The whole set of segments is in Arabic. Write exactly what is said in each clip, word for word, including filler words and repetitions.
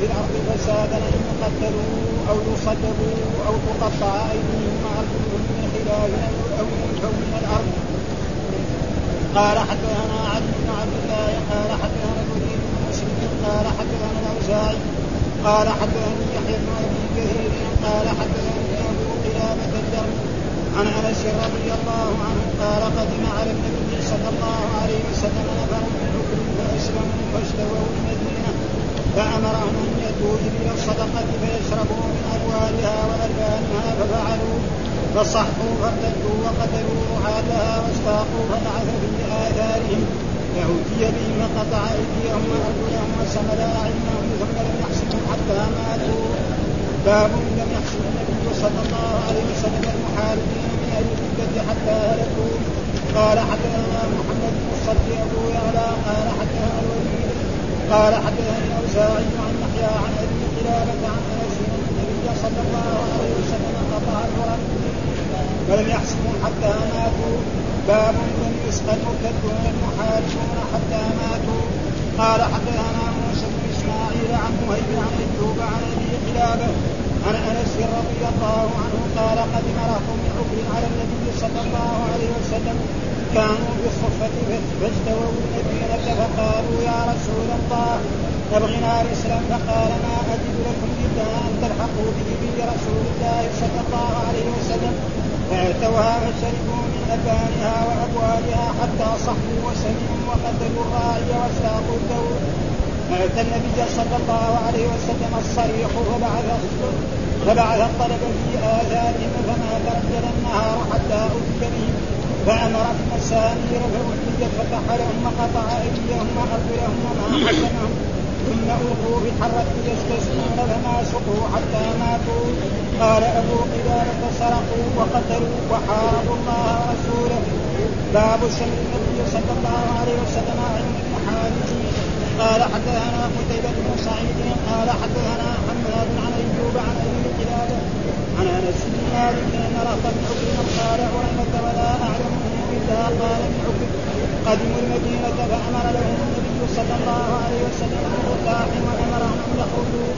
الأرض فسادا أن يقتلوا أو يصلبوا أو تقطع أيديهم وأرجلهم من خلاف أو ينفوا من الأرض. قال حدثنا علي بن عبد الله قال حدثنا الوليد بن مسلم قال حدثنا الأوزاعي قال حدثني يحيى بن أبي كثير قال حدثني أبو قلابة الجرمي عن أنس رضي الله عنه قال قدم على النبي صلى الله عليه وسلم نفر من عكر فأسلموا فاشتووا المدينة فأمرهم أن يأتوا إلى الصدقة فيشربوا من أبوالها وألبانها ففعلوا فصحوا فارتدوا وقتلوا رعاتها واستاقوا فبعث في آثارهم فأوتي بهم فقطع أيديهم وأرجلهم وسمل أعينهم ثم لم يحسبهم حتى ماتوا. باب لم يحسب النبي صلى الله عليه وسلم المحاربين من أهل الردة حتى هلكوا. قال حدثنا محمد بن الصدق أبو يعلى قال حدثنا الوليد قال حدثني الأوزاعي عن يحيى عن أبي قلابة عن أنس أن النبي صلى الله عليه وسلم قطع القرآن ولم يحسبهم حتى ماتوا. باب لم يسقى المرتدون المحاربون حتى ماتوا. قال حدثنا موسى بن إسماعيل عن مهيب عن أيوب عن أبي قلابة عن أنس رضي الله عنه قال قدم رهط من عكر على النبي صلى الله عليه وسلم كانوا بالصفة فاجتووا المدينة فقالوا يا رسول الله نبغنا الإسلام فقال ما أجد لكم إلا أن تلحقوا به رسول الله صلى الله عليه وسلم فأتوها فشربوا من أبانها وأبوالها حتى صحوا وسمعوا وقتلوا الراعي واستاقوا الدور. فأتى النبي صلى الله عليه وسلم الصريح فبعث فبعث الطلب في آثارهم فما ترجل النهار حتى أتي بهم فأمر بالمسامير فأتيت فتحلهم وقطع أيديهم وأرجلهم وما حسنهم ثم ألقوا بالحرة يستسقون فما سقوا حتى ماتوا. قال أبو قلابة سرقوا وقتلوا وحاربوا الله ورسوله. باب شمل النبي صلى الله عليه وسلم عن المحاربين. قال حدثنا قتيبة بن سعيد قال حدثنا حماد عن أيوب عن أبي قلابة عن أنس بن مالك أن رهطا من عكر قال عريمة ولا أعلم إلا قال من عكر قدموا المدينة فأمر لهم النبي صلى الله عليه وسلم بالرتاح وأمرهم أن يخرجوا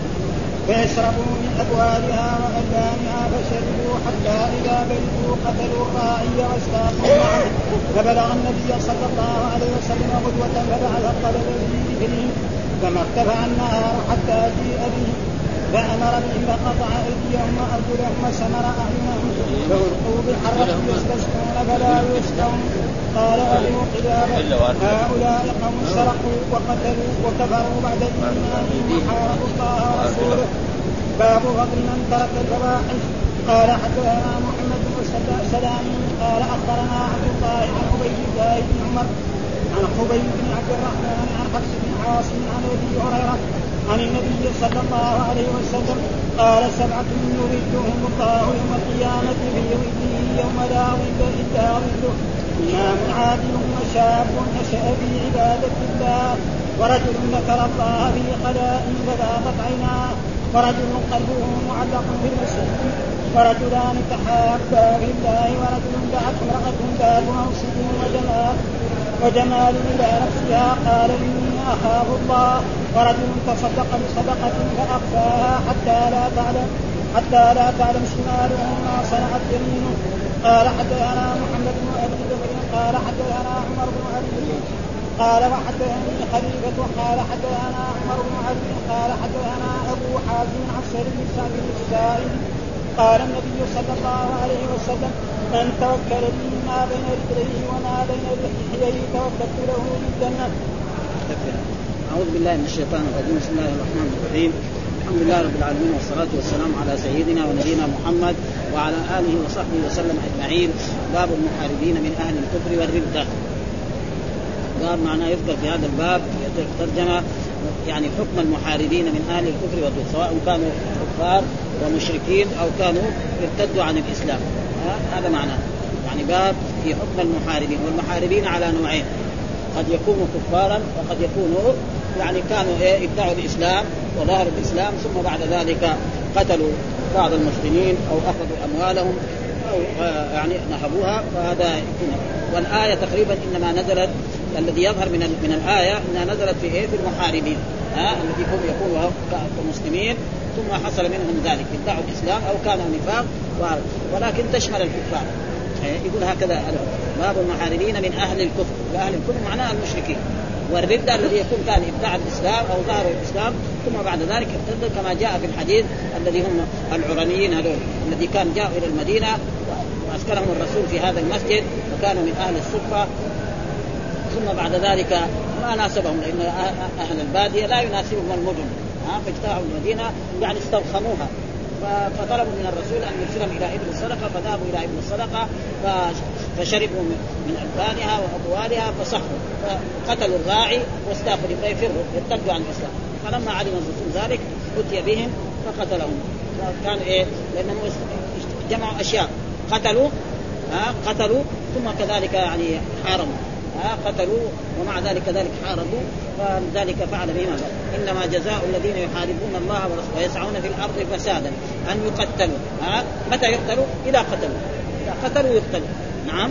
فيشربوا من أبوالها وألبانها فشربوا حتى إذا بلغوا قتلوا الراعي واستاقوا معه فبلغ النبي صلى الله عليه وسلم غدوة فبعث الطلب به فما ارتفع النهار حتى جيء به فأمر بهم فقطع أيديهم وأرجلهم وسمر أعينهم فألقوا بالحرة يستسقون فلا يسقون. قال أبو قلابة هؤلاء قوم سرقوا وقتلوا وكفروا بعد إيمانهم وحاربوا الله ورسوله. باب فضل من ترك الفواحش. قال حدثنا محمد بن سلام قال أخبرنا عبد الله عن عبيد الله بن عمر عن خبيب بن عبد الرحمن عن حفص بن عاصم عن أبي هريرة عن النبي صلى الله عليه وسلم قال سبعة يريدهم الله يوم القيامة في ظله يوم لا ظل إلا ظله إمام عادل وشاب نشأ في عبادة الله ورجل ذكر الله في خلاء فذاقت عيناه ورجل قلبه معلق في المسجد ورجلان تحابا في الله ورجل دعت امرأة ذات منصب وجمال وجمال إلى نفسها قال إني أخاف الله ورجل تصدق بصدقة فأخفاها حتى لا تعلم حتى لا تعلم شماله ما صنعت يمينه. قال حدثنا محمد بن أبي بكر قال حدثنا عمر بن علي قال وحدثني خليفة قال حدثنا عمر بن علي قال حدثنا أبو حازم عن سهل بن سعد الساعدي قال النبي صلى الله عليه وسلم من توكل لي ما بين رجليه وما بين لحييه توكلت له بالجنة. أعوذ بالله من الشيطان الرجيم. بسم الله الرحمن الرحيم. الحمد لله رب العالمين والصلاة والسلام على سيدنا ونبينا محمد وعلى آله وصحبه وسلم أجمعين. باب المحاربين من أهل الكفر والردة. باب معناه يذكر في هذا الباب ترجمة يعني حكم المحاربين من أهل الكفر والردة سواء كانوا كفار ومشركين أو كانوا ارتدوا عن الإسلام. هذا معناه يعني باب في حكم المحاربين. والمحاربين على نوعين قد يكونوا كفارا وقد يكونوا يعني كانوا إيه ادعوا الإسلام وظهروا الإسلام ثم بعد ذلك قتلوا بعض المسلمين أو أخذوا أموالهم أو يعني نهبوها فهذا يكون. والآية تقريبا إنما نزلت الذي يظهر من من الآية إنها نزلت في إيه في المحاربين ها الذي هم يكونوا كمسلمين ثم حصل منهم ذلك ادعوا الإسلام أو كانوا نفاق، ولكن تشمل الكفار. يقول هكذا باب المحاربين من أهل الكفر، وأهل الكفر معناه المشركين، والردة الذي يكون كان ابتدع الإسلام أو ظهر الإسلام ثم بعد ذلك ارتد، كما جاء في الحديث الذي هم العرنيين هذول الذي كان جاءوا إلى المدينة وأسكنهم الرسول في هذا المسجد وكانوا من أهل الصفة، ثم بعد ذلك ما ناسبهم لأن أهل البادية لا يناسبهم المدن، فاجتاعوا المدينة يعني استوخموها، فطلبوا من الرسول أن يرسلهم إلى ابن الصدقة، فذهبوا إلى ابن الصدقة فشربوا من ألبانها وأبوالها فصحوا، فقتلوا الراعي واستاخذوا فيفروا يرتدوا عن الإسلام. فلما علم الرسول ذلك أتي بهم فقتلهم. كانوا إيه؟ لأنهم جمعوا أشياء، قتلوا ها قتلوا ثم كذلك يعني حاربوا، ها قتلوا ومع ذلك كذلك حاربوا، فذلك فعل بهم. إنما جزاء الذين يحاربون الله ورسوله ويسعون في الأرض فسادا أن يقتلوا. ها متى يقتلوا؟ إذا قتلوا، إذا قتلوا يقتلوا، نعم،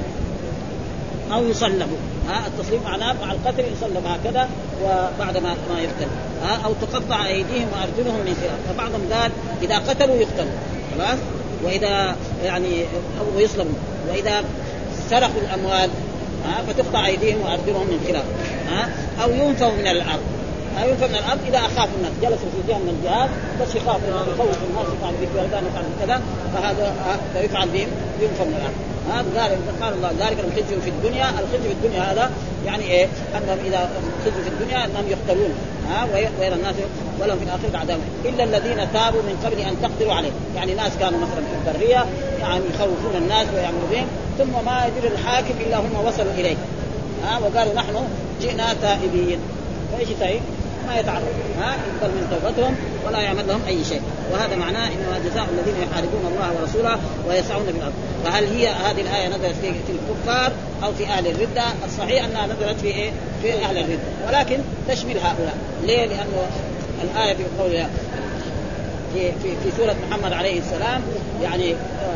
أو يصلبوا. ها التصليب معناه مع القتل يصلب هكذا وبعد ما ما يقتل، ها أو تقطع أيديهم وأرجلهم من خلاف. فبعضهم قال إذا قتلوا يقتلوا خلاص، وإذا يعني أو يصلبوا، وإذا سرقوا الأموال ها فتقطع أيديهم وأرجلهم من خلاف، ها أو ينفوا من الأرض. ها ينفوا من الأرض إذا أخافوا الناس، جلسوا في جهة من الجهات بس يخافوا يخوفوا الناس يفعل بكذا وفعل كذا، فهذا فيفعل بهم ينفوا من الأرض. هذا قال الله ذلك الخزي في الدنيا. الخزي في الدنيا هذا يعني إيه؟ أنهم إذا خزوا في الدنيا أنهم يقتلون، ها ويرى الناس ولهم في الآخرة عذاب إلا الذين تابوا من قبل أن تقدروا عليه. يعني ناس كانوا مثلا في البرية يعني يخوفون الناس ويعملوا بهم، ثم ما يدري الحاكم إلا هم وصلوا إليه، ها وقالوا نحن جئنا تائبين، فإيش تائب؟ ما يتعرض، ها يقبل من توبتهم ولا يعمل لهم أي شيء. وهذا معناه إنما جزاء الذين يحاربون الله ورسوله ويسعون في الأرض. فهل هي هذه الآية نزلت في الكفار أو في أهل الردة؟ الصحيح أنها نزلت في إيه؟ في أهل الردة، ولكن تشمل هؤلاء. ليه؟ لأنه الآية في قولها في في في سورة محمد عليه السلام يعني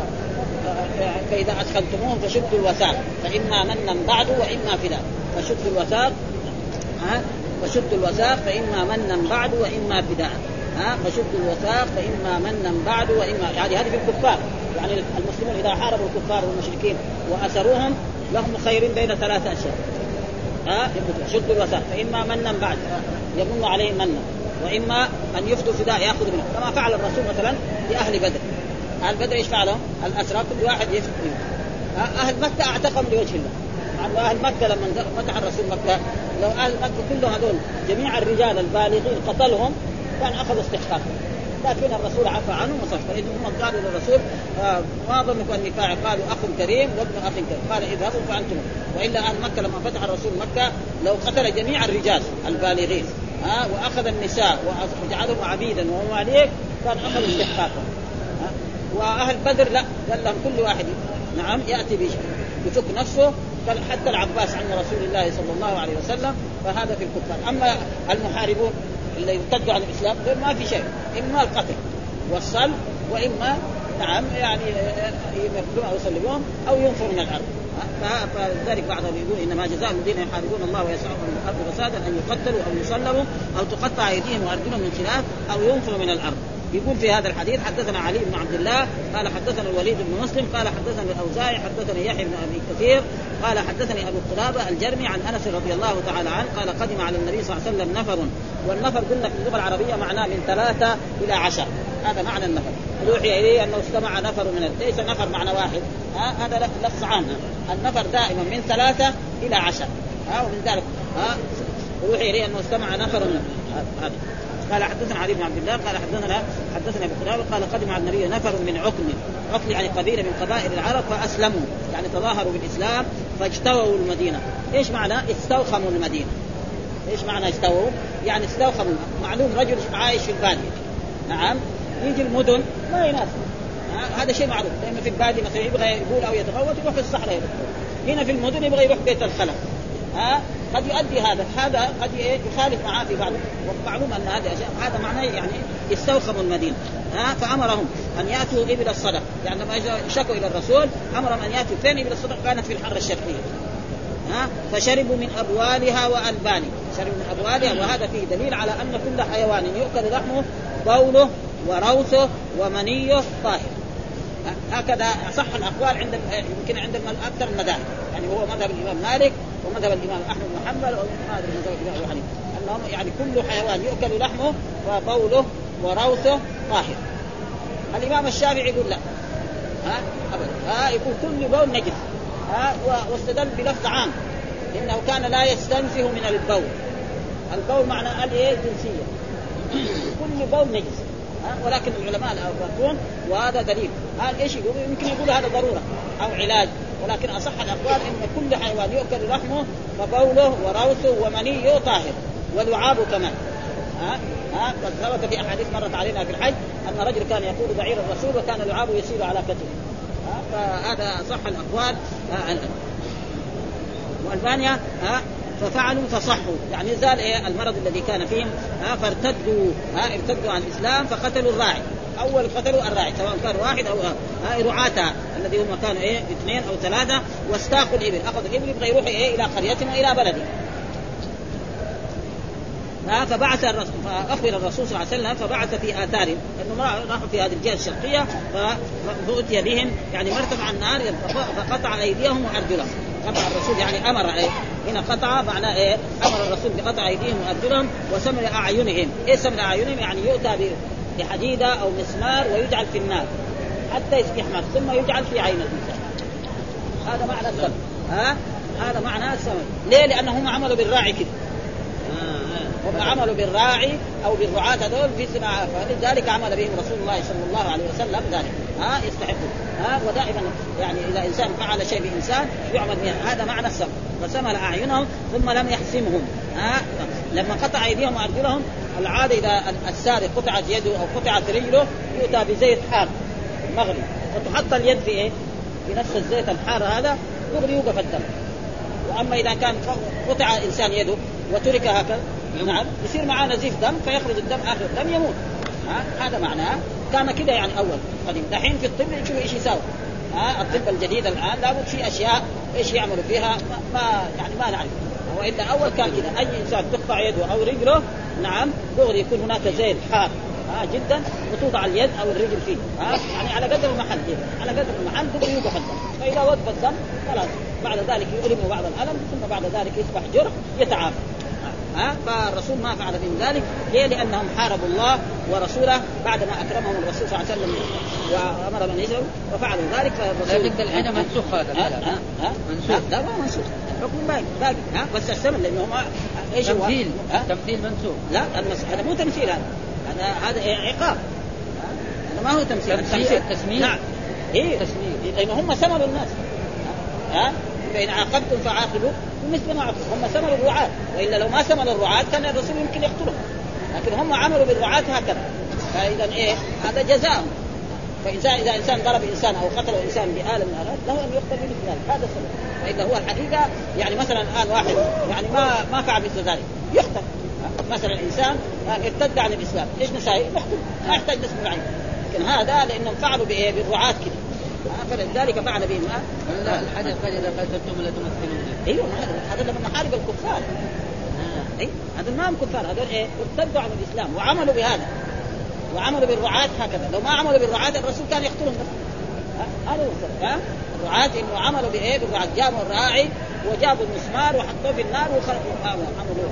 فإذا أدخلتموهم فشدوا الوثاق فإما منا بعد وإما فداء. فشدوا الوثاق ها فشدوا الوثاق فإما منا بعد وإما فداء. ها فشدوا الوثاق فإما منا بعد وإما، يعني هذه في الكفار. يعني المسلمون إذا حاربوا الكفار والمشركين وأسروهم لهم خير بين ثلاثة أشياء. ها شدوا الوثاق فإما منا بعد يمن عليهم منا، وإما أن يفدوا فداء يأخذ منهم، كما فعل الرسول مثلا لأهل بدر. أهل بدر إيش فعلهم؟ الأسرى كل واحد يفدي منهم. أهل مكة أعتقهم لوجه الله. يعني أهل مكة لما فتح الرسول مكة لو أهل مكة كلهم هذول جميع الرجال البالغين قتلهم كان أخذ استحقاق، لكن الرسول عفى عنهم وصف. فإنهم قالوا للرسول ما ظنكم أني فاعل؟ قالوا أخ كريم وابن أخ كريم. قال اذهبوا فأنتم. وإلا أهل مكة لما فتح الرسول مكة لو قتل جميع الرجال البالغين ها وأخذ النساء وجعلهم عبيدا ومماليك كان أخذ استحقاقهم. وأهل بدر لا، قال لهم كل واحد نعم يأتي بفك نفسه، حتى العباس عن رسول الله صلى الله عليه وسلم. فهذا في الكفار. أما المحاربون اللي يرتدوا عن الإسلام ما في شيء، إما القتل والصلب وإما نعم يعني يقتلون أو يصلبون أو ينفوا من الأرض. فذلك بعضهم يقول إنما جزاء الذين يحاربون الله ويسعون من الأرض فسادا أن يقتلوا أو يصلبوا أو تقطع أيديهم وأرجلهم من خلاف أو ينفوا من الأرض. يقول في هذا الحديث حدثنا علي بن عبد الله قال حدثنا الوليد بن مسلم قال حدثنا الأوزاعي حدثني يحيى بن أبي كثير قال حدثني أبو قلابة الجرمي عن أنس رضي الله تعالى عنه قال قدم على النبي صلى الله عليه وسلم نفر، والنفر قلنا في اللغة العربية معناه من ثلاثة إلى عشر، هذا معنى النفر. يوحي إليه أنه استمع نفر من ليس نفر معنى واحد، ها هذا لفظ عام. النفر دائما من ثلاثة إلى عشر، ها ومن ذلك ها يوحي إليه أنه استمع نفر من هذا. قال حدثنا علي بن عبد الله قال حدثنا حدثنا ابو قلابة قال قدم على النبي نفر من عقل. عقل يعني قبيله من قبائل العرب فاسلموا، يعني تظاهروا بالاسلام فاجتووا المدينه. ايش معنى استوخموا المدينه؟ ايش معنى استووا؟ يعني استوخموا. معلوم رجل عايش في الباديه نعم يجي المدن ما يناسب، هذا شيء معروف، لانه في الباديه مثلا يبغى يقول او يتغوط يروح في الصحراء، هنا في المدن يبغى يروح بيت الخلا، ها قد يؤدي هذا هذا قد يخالف معاه في بعض. ومعلوم ان هذه اشياء هذا معناه يعني استوخموا المدينه. ها فامرهم ان ياتوا ابل الصدقه، يعني لما شكوا الى الرسول امرهم ان ياتوا فين ابل الصدقه؟ كانت في الحره الشرقيه. ها فشربوا من ابوالها والبانها، شرب من أبوالها. وهذا فيه دليل على أن كل حيوان يؤكل لحمه بوله وروثه ومنيه طاهر. هكذا صح الأقوال عند يمكن عند أكثر المذاهب، يعني هو مذهب الإمام مالك ومذهب الإمام أحمد بن حنبل ومذهب الإمام أبو حنيفة، أنهم يعني كل حيوان يؤكل لحمه وبوله وروثه طاهر. الإمام الشافعي يقول لا، ها أبدا، ها يقول كل بول نجس، ها واستدل بلفظ عام إنه كان لا يستنزه من البول. البول معنى الإيه الجنسية، كل بول نجس، ولكن العلماء الأخرون وهذا دليل. قال إيش يقول؟ يمكن يقول هذا ضرورة أو علاج، ولكن أصح الأقوال إن كل حيوان يؤكل لحمه فبوله وروثه ومنيه طاهر، ولعابه كمان. ها ها قد ثبت في أحاديث مرت علينا في الحج أن رجل كان يقود بعير الرسول وكان لعابه يسير على كتفه. فهذا صح الأقوال. والبانيا ها ففعلوا فصحوا، يعني زال إيه المرض الذي كان فيهم، ها فارتدوا، ها ارتدوا عن الإسلام فقتلوا الراعي. أول قتلوا الراعي سواء كان واحد أو ها رعاة الذي هم كانوا إيه اثنين أو ثلاثة، واستاقوا الإبل، أخذوا الإبل يبغى يروح إيه إلى قريتهم وإلى بلده. ها فبعث الرسول فأخبر الرسول صلى الله عليه وسلم فبعث في آثارهم، لأنه راحوا في هذه الجهة الشرقية فأتي بهم يعني مرتفع النار فقطع أيديهم وأرجلهم. قطع الرسول يعني أمر إيه هنا قطع معناه إيه أمر الرسول بقطع أيديهم وأرجلهم وسمر أعينهم. إيه سمر أعينهم؟ يعني يؤتى بحديدة أو مسمار ويجعل في النار حتى يحمر ثم يجعل في عين الإنسان. هذا معنى السمر. ها هذا معنى السمر. ليه؟ لأنهم عملوا بالراعي كده، هم عملوا بالراعي أو بالرعاة هذول في صناعة، فلذلك عمل بهم رسول الله صلى الله عليه وسلم ذلك. ها يستحقون. ها ودائما يعني إذا إنسان فعل شيء بإنسان يعمل به، هذا معنى السمر. فسمر أعينهم ثم لم يحسمهم. ها لما قطع أيديهم وأرجلهم، العادة إذا السارق قطعت يده أو قطعت رجله يؤتى بزيت حار مغلي وتحط اليد في إيه في نفس الزيت الحار هذا يغلي يوقف الدم. وأما إذا كان قطع إنسان يده وترك هكذا نعم يصير معاه نزيف دم فيخرج الدم آخر الدم يموت. ها هذا معناه كان كده يعني أول قديم. دحين في الطب يشوفوا إيش يساوي. ها الطب الجديد الآن لابد في أشياء إيش يعملوا فيها ما يعني ما نعرف. وإلا أول كان كده أي إنسان تقطع يده أو رجله نعم دغري يكون هناك زيت حار ها جدا وتوضع اليد أو الرجل فيه. ها يعني على قدر المحل على قدر المحل دغري يوقف الدم. فإذا وقف الدم خلاص بعد ذلك يؤلم بعض الألم ثم بعد ذلك يصبح جرح يتعافى. ها فالرسول ما فعل بهم ذلك. ليه؟ لأنهم حاربوا الله ورسوله بعدما أكرمهم الرسول صلى الله عليه وسلم وأمر من يجروا وفعلوا ذلك. لكن الحين منسوخ هذا الكلام. منسوخ لا ما منسوخ الحكم باقي باقي. ها بس السبب لأنه ما إيش هو تمثيل تمثيل منسوخ. لا هذا مو تمثيل، هذا هذا هذا عقاب. هذا ما هو تمثيل. تمثيل التسمية. نعم إيه تسمية لأن هم سمروا الناس. ها فإن عاقبتم فعاقبوا مثل ما عاقبوا. هم سمروا الرعاة، وإلا لو ما سمروا الرعاة كان الرسول يمكن يقتلهم، لكن هم عملوا بالرعاة هكذا. فإذا إيه هذا جزاء. فإذا إذا إنسان ضرب إنسان أو قتل إنسان بآلة من الآلات له أن يقتل بمثل ذلك. هذا السبب. فإذا هو الحقيقة يعني مثلا الآن واحد يعني ما ما فعل مثل ذلك يقتل. مثلا إنسان ارتد عن الإسلام إيش نسوي؟ نقتل ما يحتاج نسمع عنه. لكن هذا لأنهم فعلوا بإيه بالرعاة كده. فلذلك فعل بهم. لا الحديث قال إذا قتلتم لا تمثلون. ايوه هذا لما نحارب الكفار. آه. اي هذا ما هم كفار، هذول ايه ارتدوا عن الاسلام وعملوا بهذا وعملوا بالرعاة هكذا. لو ما عملوا بالرعاة الرسول كان يقتلهم. هذا هو السبب. الرعاة انه عملوا بايه بالرعاة، جابوا الراعي وجابوا المسمار وحطوه في النار وعملوا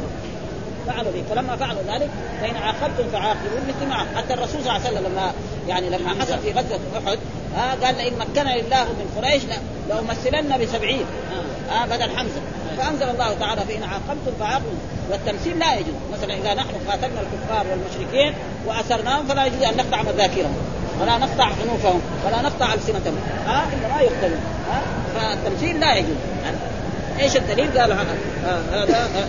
فعلوا به. فلما فعلوا ذلك فإن عاقبتم فعاقبوا مثل ما حتى الرسول صلى الله عليه وسلم لما يعني لما حصل في غزوة أحد آه قال لئن مكنني الله من قريش لأمثلن بسبعين آه بدل حمزة. فأنزل الله تعالى فإن عاقبتم فعاقبوا. والتمثيل لا يجوز. مثلا إذا نحن قاتلنا الكفار والمشركين وأسرناهم فلا يجوز أن نقطع مذاكرهم ولا نقطع عنوفهم ولا نقطع ألسنتهم آه إلا ما يقتلون. آه فالتمثيل لا يجوز. آه. إيش الدليل؟ قال هذا آه آه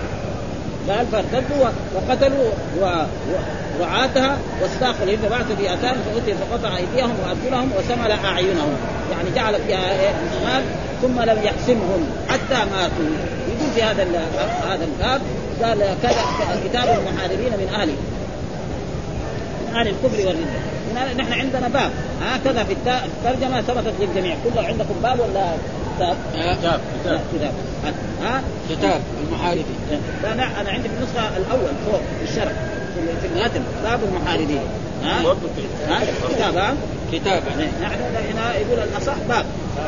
قال فارتدوا وقتلوا ورعاتها واستاقوا الهند فبعث في أثارهم فأتي فقطع أيديهم وأرجلهم وسمل أعينهم، يعني جعل فيها مسمار ثم لم يحسمهم حتى ماتوا. يقول في هذا هذا الباب قال كذا كتاب المحاربين من أهل من أهل الكفر والردة. نحن عندنا باب هكذا في الترجمة ثبتت للجميع. كله عندكم باب ولا كتاب كتاب كتاب كتاب ها كتاب المحاربين. أنا أنا عندي النسخة الأول فوق في الشرح في المتن باب المحاربين. ها ها كتاب ها كتاب نحن هنا يقول الأصح باب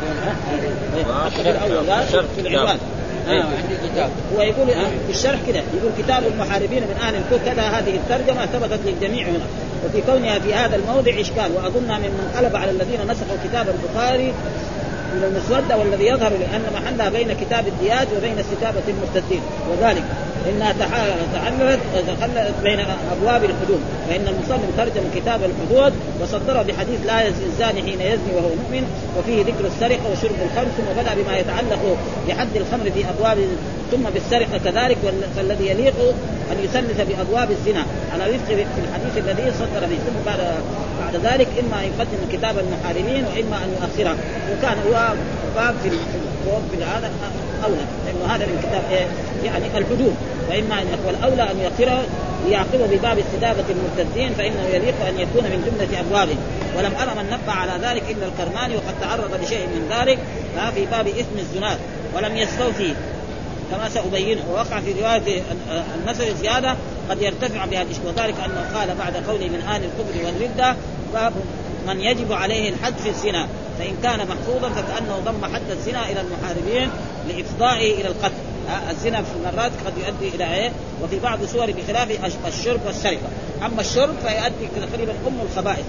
الأول في العنوان. آه عندي كتاب. هو يقول في الشرح كده يقول كتاب المحاربين من أهل الكفر. كذا هذه الترجمة ثبتت للجميع هنا، وفي كونها في هذا الموضع إشكال، وأظنها ممن قلب على الذين نسخوا كتاب البخاري من المسودة، والذي يظهر لأن محلها بين كتاب الدياج وبين استتابة المرتدين، وذلك إنها تحللت تخلت بين أبواب الحدود، فإن المصنف ترجم كتاب الحدود وصدره بحديث لا يزني الزاني حين يزني وهو مؤمن، وفيه ذكر السرقة وشرب الخمر، ثم بدأ بما يتعلق بحد الخمر في أبواب، ثم بالسرقة كذلك، فالذي يليق أن يثلث بأبواب الزنا على وفق في الحديث الذي صدر به، ثم بعد بعد ذلك إما أن يقدم كتاب المحاربين وإما أن يؤخرها، وكان هو باب في في هذا أولى، لأنه هذا من كتاب يعني الحدود، وإما أن يقول أولى أن يقرأ ليعقب بباب استتابة المرتدين، فإنه يليق أن يكون من جملة أبوابه. ولم أرى من نبه على ذلك إلا الكرماني، وقد تعرض لشيء من ذلك في باب إثم الزناد ولم يستوفي كما سأبينه. ووقع في رواية النسل زيادة قد يرتفع بها الإشكال، وذلك أنه قال بعد قوله من أهل الكفر والردة باب من يجب عليه الحد في الزنا، فإن كان محفوظا فكأنه ضم حد الزنا إلى المحاربين لإفضائه إلى القتل. الزنا في المرات قد يؤدي إلى إيه، وفي بعض صور بخلاف الشرب والسرقة. أما الشرب فيؤدي تقريبا أم الخبائث.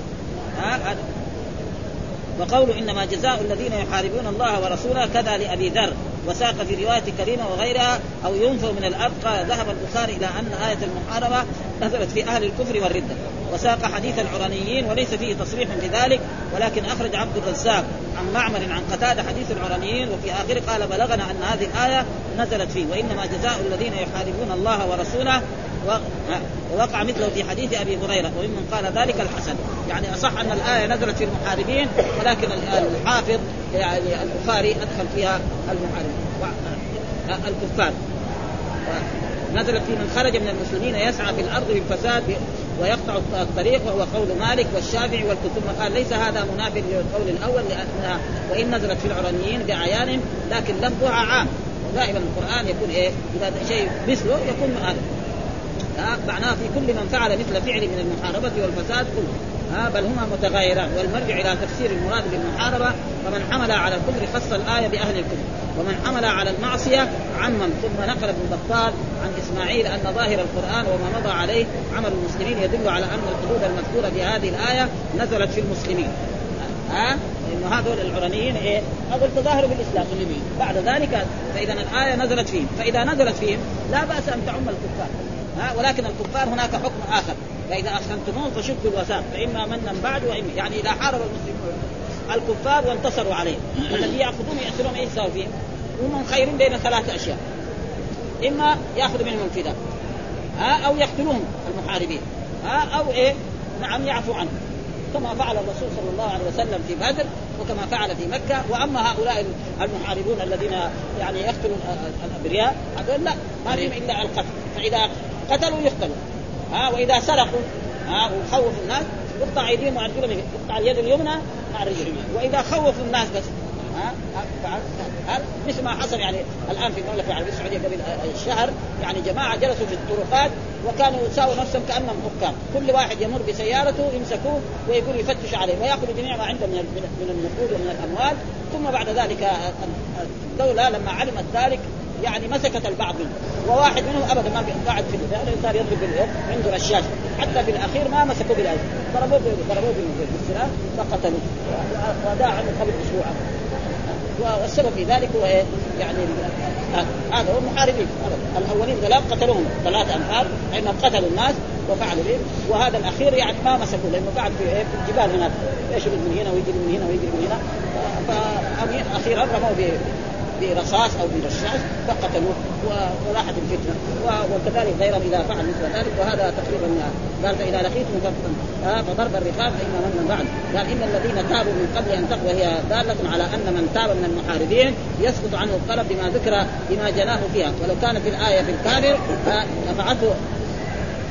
وقول إنما جزاء الذين يحاربون الله ورسوله كذا لأبي ذر، وساق في رواية كريمة وغيرها أو ينفوا من الأرض. قال ذهب البخاري إلى أن آية المحاربة نزلت في أهل الكفر والردة، وساق حديث العرانيين وليس فيه تصريح بذلك، ولكن أخرج عبد الرزاق عن معمر عن قتادة حديث العرانيين، وفي آخر قال بلغنا أن هذه الآية نزلت فيه وإنما جزاء الذين يحاربون الله ورسوله، ووقع مثله في حديث أبي هريرة، وممن قال ذلك الحسن. يعني أصح أن الآية نزلت في المحاربين، ولكن الحافظ يعني البخاري أدخل فيها المحاربين الكفار. نزلت في من خرج من المسلمين يسعى في الأرض بالفساد ويقطع الطريق، وهو قول مالك والشافعي والكتب. قال ليس هذا منافي للقول الأول، لأنها وإن نزلت في العرانيين بعيان لكن لفظها عام، ودائما القرآن يكون إيه إذا شيء مثله يكون مآله. معناه في كل من فعل مثل فعل من المحاربة والفساد كله، ها بل هما متغايران. والمرجع إلى تفسير المراد بالمحاربة، فمن حمل على الكفر خص الآية بأهل الكفر، ومن حمل على المعصية عمم. ثم نقل ابن بطال عن إسماعيل أن ظاهر القرآن وما مضى عليه عمل المسلمين يدل على أن الحدود المذكورة في هذه الآية نزلت في المسلمين. ها إنه هذول العرانيين إيه هذا التظاهر بالإسلام بعد ذلك، فإذا الآية نزلت فيهم، فإذا نزلت فيهم لا بأس أن تعم الكفار، ها ولكن الكفار هناك حكم آخر، فإذا أخذتموهم فشدوا الوثاق فإما منا بعد وإما، يعني إذا حارب المسلمون الكفار وانتصروا عليهم الذي يأخذون يأسرون إيه يساوي فيهم، هم خيرين بين ثلاثة أشياء، إما يأخذ منهم الفداء ها أو يقتلوهم المحاربين ها أو إيه نعم يعفو عنهم، كما فعل الرسول صلى الله عليه وسلم في بدر وكما فعل في مكة. وأما هؤلاء المحاربون الذين يعني يقتلون الأبرياء هذول لا ما لهم إلا القتل، فإذا قتلوا يقتلوا ها، وإذا سرقوا ها وخوفوا الناس يقطع أيديهم وأرجلهم، يقطع اليد اليمنى مع الرجل، وإذا خوفوا الناس بس ها مثل ما حصل يعني الآن في المملكة العربية السعودية قبل الشهر، يعني جماعة جلسوا في الطرقات وكانوا يساووا نفسهم كأنهم حكام، كل واحد يمر بسيارته يمسكوه ويقول يفتش عليه ويأخذ جميع ما عنده من النقود ومن الأموال. ثم بعد ذلك الدولة لما علمت ذلك يعني مسكت البعض منهم، وواحد منهم أبدا ما قاعد في البلاد صار يضرب باليد عنده رشاش، حتى في الأخير ما مسكوا بالأيدي ضربوه ضربوه بالسلاح فقتلوه، وذا عنه قبل أسبوع. والسبب في ذلك هو يعني هذا هو المحاربين الأولين ثلاث قتلوهم ثلاثة أنفار لأنهم قتلوا الناس وفعلوا به، وهذا الأخير يعني ما مسكوا لأنه قاعد في الجبال هناك يشرد من هنا ويجري من هنا ويجري من هنا، فأخيرا رموا برصاص أو برشاش فقتلوه وراحت الفتنة. وكذلك غيرهم إذا فعل مثل ذلك. وهذا تقريبا قال فإذا لقيتم فضرب الرقاب فإما من بعد. قال إن الذين تابوا من قبل أن تقوى هي دالة على أن من تاب من المحاربين يسقط عنه الطلب بما ذكر بما جناه فيها، ولو كان في الآية في الكافر نفعته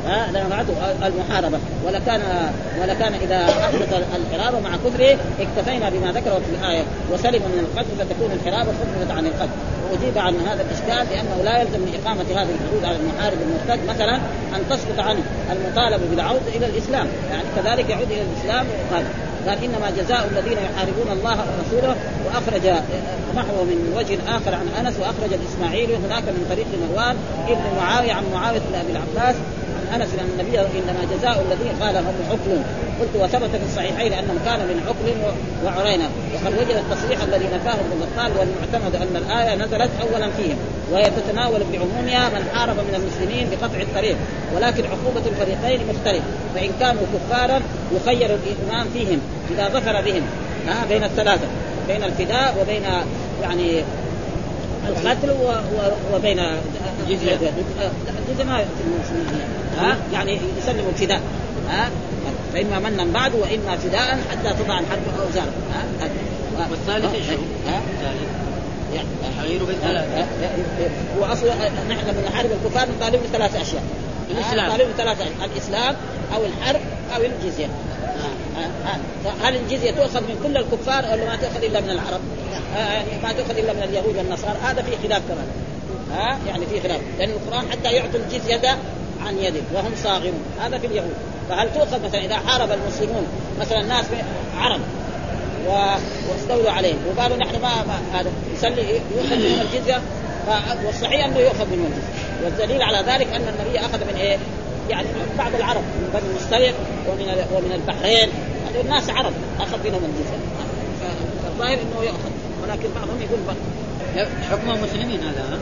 ها لنفعته المحاربة، ولا كان ولا كان إذا أحدث الحرابة مع كفره اكتفينا بما ذكره في الآية وسلم من القتل فتكون الحرابة خففت عن القتل. وأجيب عن هذا الإشكال لأنه لا يلزم من إقامة هذه الحدود على المحارب المرتد مثلا أن تسقط عنه المطالبة بالعودة إلى الإسلام، يعني كذلك يعود إلى الإسلام. وقال قال إنما جزاء الذين يحاربون الله ورسوله. وأخرج نحوه من وجه آخر عن أنس، وأخرج الإسماعيلي هناك من طريق مروان ابن معاوية عن معاوية بن أبي العباس عن أنس أن النبي إنما جزاء الذين قال هم عقل. قلت وثبت في الصحيحين أنهم كانوا من عقل وعرينة، وقد وجد التصريح الذي نفاه ابن بطال، والمعتمد أن الآية نزلت أولا فيهم وهي تتناول بعمومها من حارب من المسلمين بقطع الطريق، ولكن عقوبة الفريقين مختلف، فإن كانوا كفارا يخير الإمام فيهم إذا ظفر بهم ها بين الثلاثة، بين الفداء وبين يعني القتل وبين الجزية. الجزية ما في المسلمين ها يعني يسلموا الفداء ها، فإما منا بعد وإما فداء حتى تضع الحرب أوزار. والثالث ايش هو؟ يعني حيروا بالثلاثة. وأصل نحن من نحارب الكفار نطالب بثلاث أشياء. الإسلام نطالب بثلاث أشياء: الإسلام أو الحرب أو الجزية. هل الجزية تؤخذ من كل الكفار ولا ما تؤخذ إلا من العرب؟ يعني ما تؤخذ إلا من اليهود والنصارى. هذا في خلاف كمان ها، يعني في خلاف، لأن القرآن حتى يعطوا الجزية عن يد وهم صاغرون، هذا في اليهود. فهل تؤخذ مثلا إذا حارب المسلمون مثلا ناس عرب واستولوا عليه وقالوا نحن ما هذا يسلي يؤخذ منهم الجزية؟ والصحيح أنه يؤخذ منهم الجزية، والدليل على ذلك أن النبي أخذ من إيه؟ يعني بعض العرب من بني المستلق ومن ومن البحرين، هذول الناس عرب أخذ منهم الجزية، فالظاهر إنه يأخذ، ولكن بعضهم يقول بقى حكم المسلمين هذا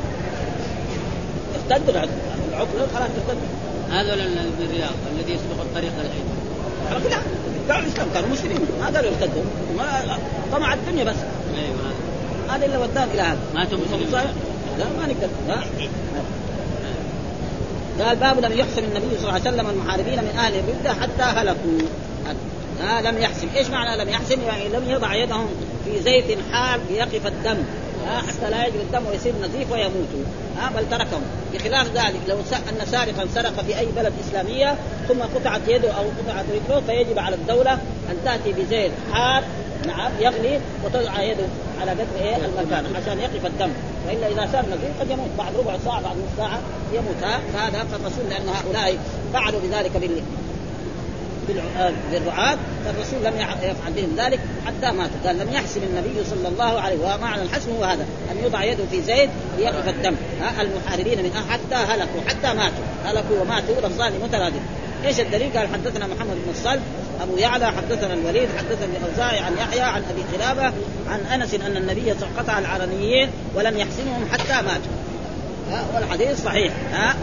ارتدوا العقل خلاص ارتدوا. هذا الرياض الذي يسلك الطريق الحين لا قالوا الإسلام كانوا مسلمين، ما قالوا ارتدوا، طمع الدنيا بس. أيوة هذا اللي وداهم إلى هذا. ما أنتم مسلمين؟ لا ما نقدر. قال باب لم يحسم النبي صلى الله عليه وسلم المحاربين من أهل الردة حتى هلكوا. ها لم يحسم، إيش معنى لم يحسم؟ يعني لم يضع يدهم في زيت حار ليقف الدم ها حتى لا يجري الدم ويصير نزيف ويموتوا، ها بل تركهم. بخلاف ذلك لو أن سارقا سرق في أي بلد إسلامية ثم قطعت يده أو قطعت رجله فيجب على الدولة أن تأتي بزيت حار نعم يغلي وتضع يده على قدر إيه المكان عشان يقف الدم، وإلا إذا صار نزيف قد يموت بعد ربع ساعة بعد نص ساعة يموت. ها فهذا فالرسول لأن هؤلاء فعلوا بذلك بال بالرعاة، فالرسول لم يفعل بهم ذلك حتى مات. قال لم يحسم النبي صلى الله عليه وسلم، ومعنى الحسم هو هذا أن يضع يده في زيت ليقف الدم. ها المحاربين من حتى هلكوا حتى ماتوا، هلكوا وماتوا لفظان مترادف. ايش الدليل؟ قال حدثنا محمد بن الصلب أبو يعلى حدثنا الوليد حدثنا الأوزاعي عن يحيى عن أبي قلابة عن أنس أن النبي قطع العرنيين ولم يحسمهم حتى ماتوا. ها والحديث صحيح. ها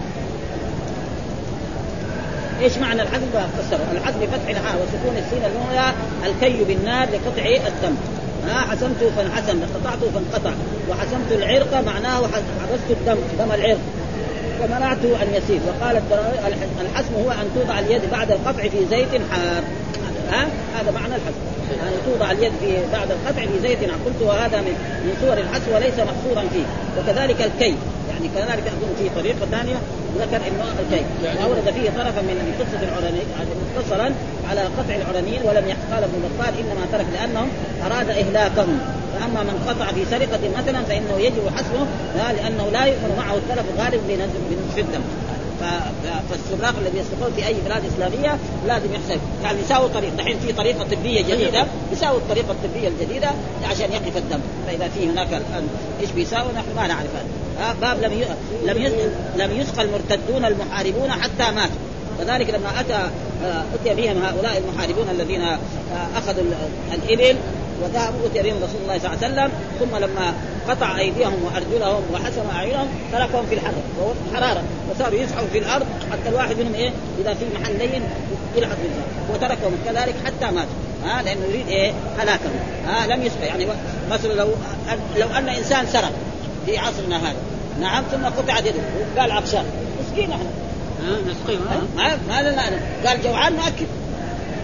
ايش معنى الحزم؟ فسره الحزم بفتح الحاء وسكون السين الأولى الكي بالنار لقطع الدم. ها حسمته فانحسم، قطعته فانقطع، وحسمت العرق معناه حبست الدم دم العرق ومنعته أن يسيل. وقال الحسم هو أن توضع اليد بعد القطع في زيت حار. ها هذا معنى الحسم، أن توضع اليد في بعد القطع في زيت حار. قلت وهذا من من صور الحسم وليس مقصورا فيه. وكذلك الكي، يعني كذلك أظن في طريقة ثانية ذكر إنه الكي وأورد فيه طرفا من قصة العرني مختصرا على قطع العرنيين ولم يقال ابن بطال إنما ترك لأنهم أراد إهلاكهم. فأما من قطع في سرقة مثلا فإنه يجب حسبه لأنه لا يؤمن معه التلف غالب بنصف الدم. فالسراق الذي يسرقون في أي بلاد إسلامية لازم يحسب، يعني يساوي طريق دحين في طريقة طبية جديدة يساوي الطريقة الطبية الجديدة عشان يقف الدم. فإذا في هناك الآن إيش بيساوي نحن ما نعرف هذا. باب لم ي... لم يس... لم يسقى المرتدون المحاربون حتى ماتوا. وذلك لما أتى أتي بهم هؤلاء المحاربون الذين أخذوا الإبل وذهبوا أتي بهم رسول الله صلى الله عليه وسلم، ثم لما قطع أيديهم وأرجلهم وحسم أعينهم تركهم في الحرب حرارة وصاروا يسعوا في الأرض حتى الواحد منهم إيه إذا في محل لين يلحق بالجار، وتركهم كذلك حتى ماتوا. ها لأنه يريد إيه هلاكهم. ها لم يسقى، يعني مثلا لو لو أن إنسان سرق في عصرنا هذا نعم ثم قطع يده قال عطشان مسكين احنا ها نسقيه ما ما لنا قال جوعان ناكل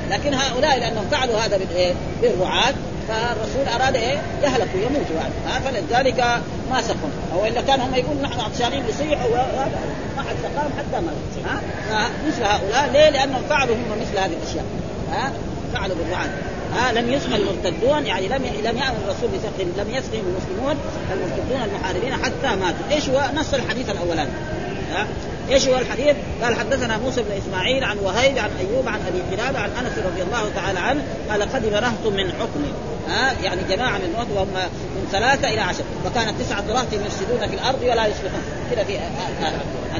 لكن هؤلاء لأنهم فعلوا هذا بالرعاة فالرسول أراد إيه يهلكوا يموتوا يعني. ها فلذلك ما سقهم، أو إلا كان هم يقولوا نحن عطشانين يصيحوا ما حد سقاهم حتى ما ها مثل هؤلاء. ليه؟ لأنهم فعلوا هم مثل هذه الأشياء. ها فعلوا بالرعاة. ها لم يسقى المرتدون يعني لم لم يأمر الرسول بسقهم، لم يسقهم المسلمون المرتدون المحاربين حتى ماتوا. إيش هو نص الحديث الأولاني؟ ها ايش هو الحديث؟ قال حدثنا موسى بن اسماعيل عن وهيب عن ايوب عن ابي قلابه عن انس رضي الله تعالى عنه قال قدم رهط من عقم، ها يعني جماعه من النوت وهم من ثلاثه الى عشر، وكانت تسعه رهط يفسدون في الارض ولا يصلحون كذا في آه آه آه.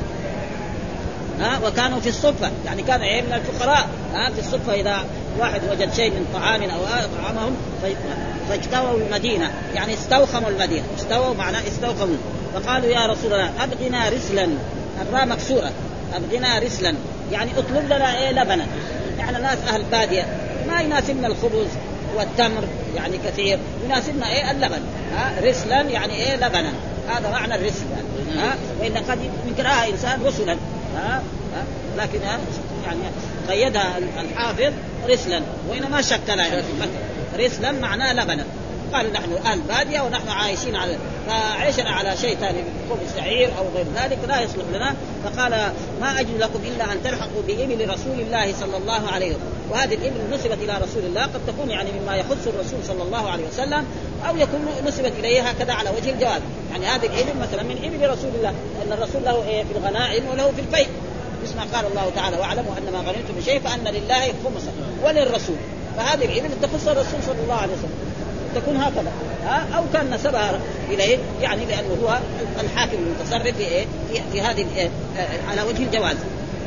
ها وكانوا في الصفه يعني كانوا من الفقراء. ها في الصفه اذا واحد وجد شيء من طعام او طعامهم فاجتووا المدينه يعني استوخموا المدينه، استووا معناه استوخموا، فقالوا يا رسول الله ابغنا رسلا، الراء مكسوره، ابغنا رسلا يعني اطلب لنا ايه لبنا، يعني ناس اهل باديه ما يناسبنا الخبز والتمر يعني كثير، يناسبنا ايه اللبن. ها رسلا يعني ايه لبنا، هذا معنى الرسل يعني. ها وان قد ينكرها انسان رسلا. ها لكن يعني قيدها الحافظ رسلا وإنما شكلها يعني رسلا معناه لبنا. قال نحن أهل بادية ونحن عايشين على فعيشنا على شيء ثاني خبز شعير أو غير ذلك لا يصلح لنا. فقال ما أجد لكم إلا أن تلحقوا بإبل رسول الله صلى الله عليه وسلم. وهذه الإبل نسبت إلى رسول الله قد تكون يعني مما يخص الرسول صلى الله عليه وسلم أو يكون نسبت إليه هكذا على وجه الجواز. يعني هذه الإبل مثلا من إبل رسول الله، أن الرسول له إيه في الغنائم وله في الفيء، اسمع قال الله تعالى واعلموا أن ما غنمتم بشيء فأن لله خمسه وللرسول. فهذه الإبل تخص الرسول صلى الله عليه وسلم تكون هكذا. ها أو كان نسبها إليه يعني لأنه هو الحاكم المتصرف في إيه في, في هذه إيه على وجه الجواز.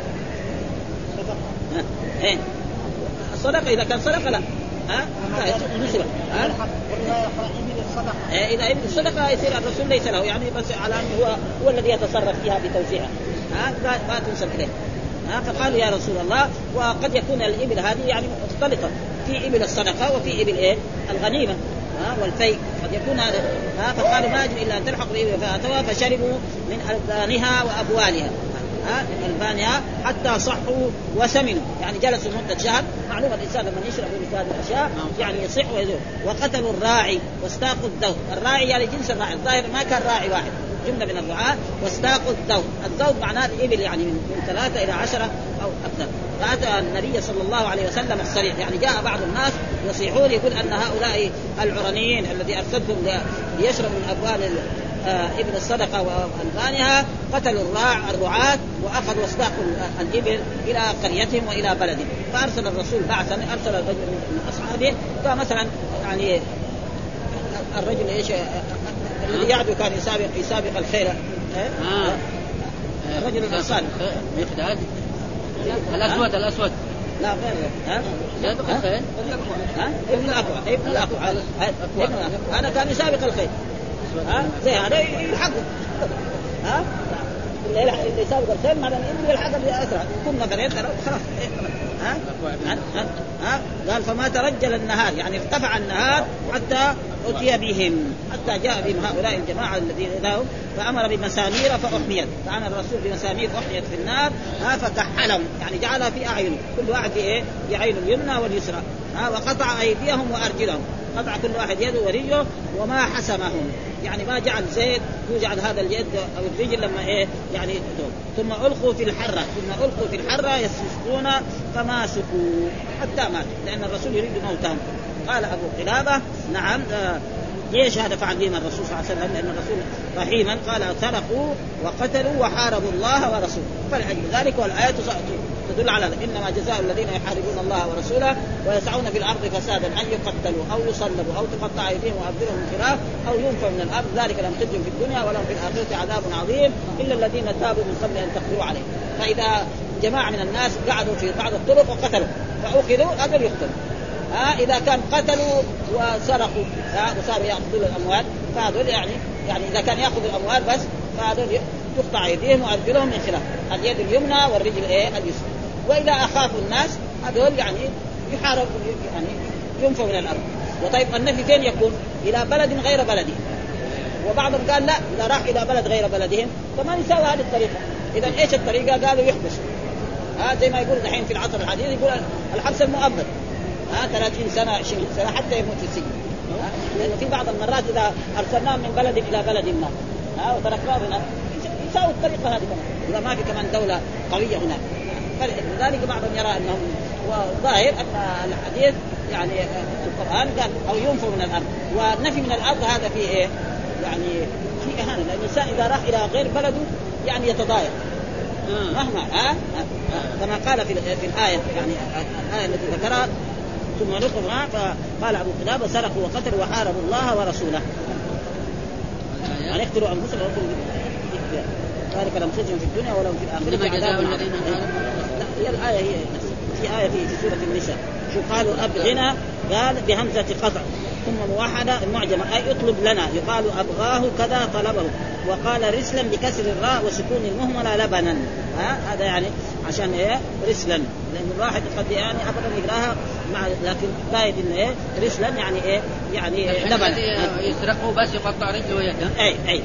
إيه الصدقة إذا كان صدقة لا ها نسبة ها إذا إبل الصدقة يصير الرسول ليس له يعني بس على أنه هو هو الذي يتصرف فيها بتوزيعها. ها ما تنسب إليه. ها فقالوا يا رسول الله وقد يكون الإبل هذه يعني مختلطة، في إبل الصدقة وفي إبل إيه الغنيمة ها والفيء قد يكون هذا. ها فقالوا ما أجد إلا أن تلحق بإبل فأتوا فشربوا من ألبانها وأبوالها، ها من ألبانها حتى صحوا وسمنوا يعني جلسوا مدة شهر. معلومة الإنسان لما يشرب مثل هذه الأشياء يعني يصح ويزول. وقتلوا الراعي واستاقوا الدود، الراعي يعني جنس الراعي، الظاهر ما كان راعي واحد جملة من الرعاة. واستاقوا الدود، الدود معناه الإبل يعني من, من ثلاثة إلى عشرة أو أكثر. فأتى النبي صلى الله عليه وسلم الصريح يعني جاء بعض الناس يصيحون يقول أن هؤلاء العرنيين الذي أرسلتهم ليشربوا من أبوال ابن الصدقة وألبانها قتلوا الراع الرعاة وأخذوا واستاقوا الإبل إلى قريتهم وإلى بلدهم. فأرسل الرسول بعثا، أرسل الرجل من أصحابه فمثلا يعني الرجل إيش الذي يعدو كان يسابق يسابق الخير آه. الرجل الأنصاري مقداد الأسود الأسود لا غير ها يسابق الخير ها ابن الأقوى ابن الأقوى هذا كان يسابق الخير ها زي هذا يلحقه ها اللي يلحق اللي يسابق الخير معناه انه يلحق بأسرع كل مثلا خلاص ها ها قال فما ترجل النهار يعني ارتفع النهار حتى أتي بهم حتى جاء بهم هؤلاء الجماعة الذين ذاهم فأمر بمسامير فأحميت. فأمر الرسول بمسامير فأحميت في النار ها فكحلهم يعني جعلها في أعين كل واحد في إيه في عين اليمنى واليسرى ها وقطع أيديهم وأرجلهم، قطع كل واحد يده ورجله وما حسمهم يعني ما جعل زيت يجعل هذا اليد أو الرجل لما إيه يعني دوم. ثم ألقوا في الحرة ثم ألقوا في الحرة يسقون فما سقوا حتى مات لأن الرسول يريد موتهم. قال أبو قلابة نعم ليش هذا فعل بهم الرسول صلى الله عليه وسلم؟ لأن الرسول رحيما قال سرقوا وقتلوا وحاربوا الله ورسوله فلأجل ذلك والآيات تدل على إنما جزاء الذين يحاربون الله ورسوله ويسعون في الأرض فسادا أن يقتلوا أو يصلبوا أو تقطع أيديهم وأرجلهم من خلاف أو ينفوا من الأرض ذلك لم تجد في الدنيا ولهم في الآخرة عذاب عظيم إلا الذين تابوا من قبل أن تقدروا عليه. فإذا جماعة من الناس قعدوا في بعض الطرق وقتلوا فأخذوا هذول يقتلوا. ها إذا كان قتلوا وسرقوا وصاروا يأخذون الأموال فهذول يعني يعني إذا كان يأخذ الأموال بس فهذول تقطع أيديهم وأرجلهم من خلاف اليد اليمنى والرجل إيه اليسرى. وإذا أخافوا الناس هذول يعني يحاربوا يعني ينفوا من الأرض. وطيب النفي فين يكون؟ إلى بلد غير بلدهم. وبعضهم قال لا إذا راح إلى بلد غير بلدهم فما يساوي هذه الطريقة. إذا إيش الطريقة؟ قالوا يحبسوا ها زي ما يقول دحين في العصر الحديث يقول الحبس المؤبد ها ثلاثين سنة عشرين سنة حتى يموت في السجن. لأنه في بعض المرات إذا أرسلناه من بلد إلى بلد ما ها وتركناه هنا يساوي الطريقة هذه كمان إذا ما في كمان دولة قوية هناك. فلذلك بعضهم يرى أنهم وظاهر أن الحديث يعني القرآن قال أو ينفر من الأرض، والنفي من الأرض هذا فيه إيه يعني في إهانة، لأن الإنسان إذا راح إلى غير بلده يعني يتضايق مهما ها كما قال في في الآية يعني الآية التي ذكرها ثم نقضها. فقال أبو قلابة سرقوا وقتلوا وحاربوا الله ورسوله يعني يقتلوا أنفسهم ويقتلوا ذلك لم تجن في الدنيا ولو في الآخرة عذاب عظيم. لا هي الآية هي في آية في سورة النساء شو قالوا أبغنا قال بهمزة قطع ثم موحدة المعجمة أي اطلب لنا يقال أبغاه كذا طلبه، وقال رسلا بكسر الراء وسكون المهملة لبنا ها هذا يعني عشان إيه رسلا، لأن الواحد قد يعني أبدا يقراها مع لكن قايد إنه إيه رسلا يعني إيه يعني لبنا يسرقه بس يقطع رجله ويده أي أي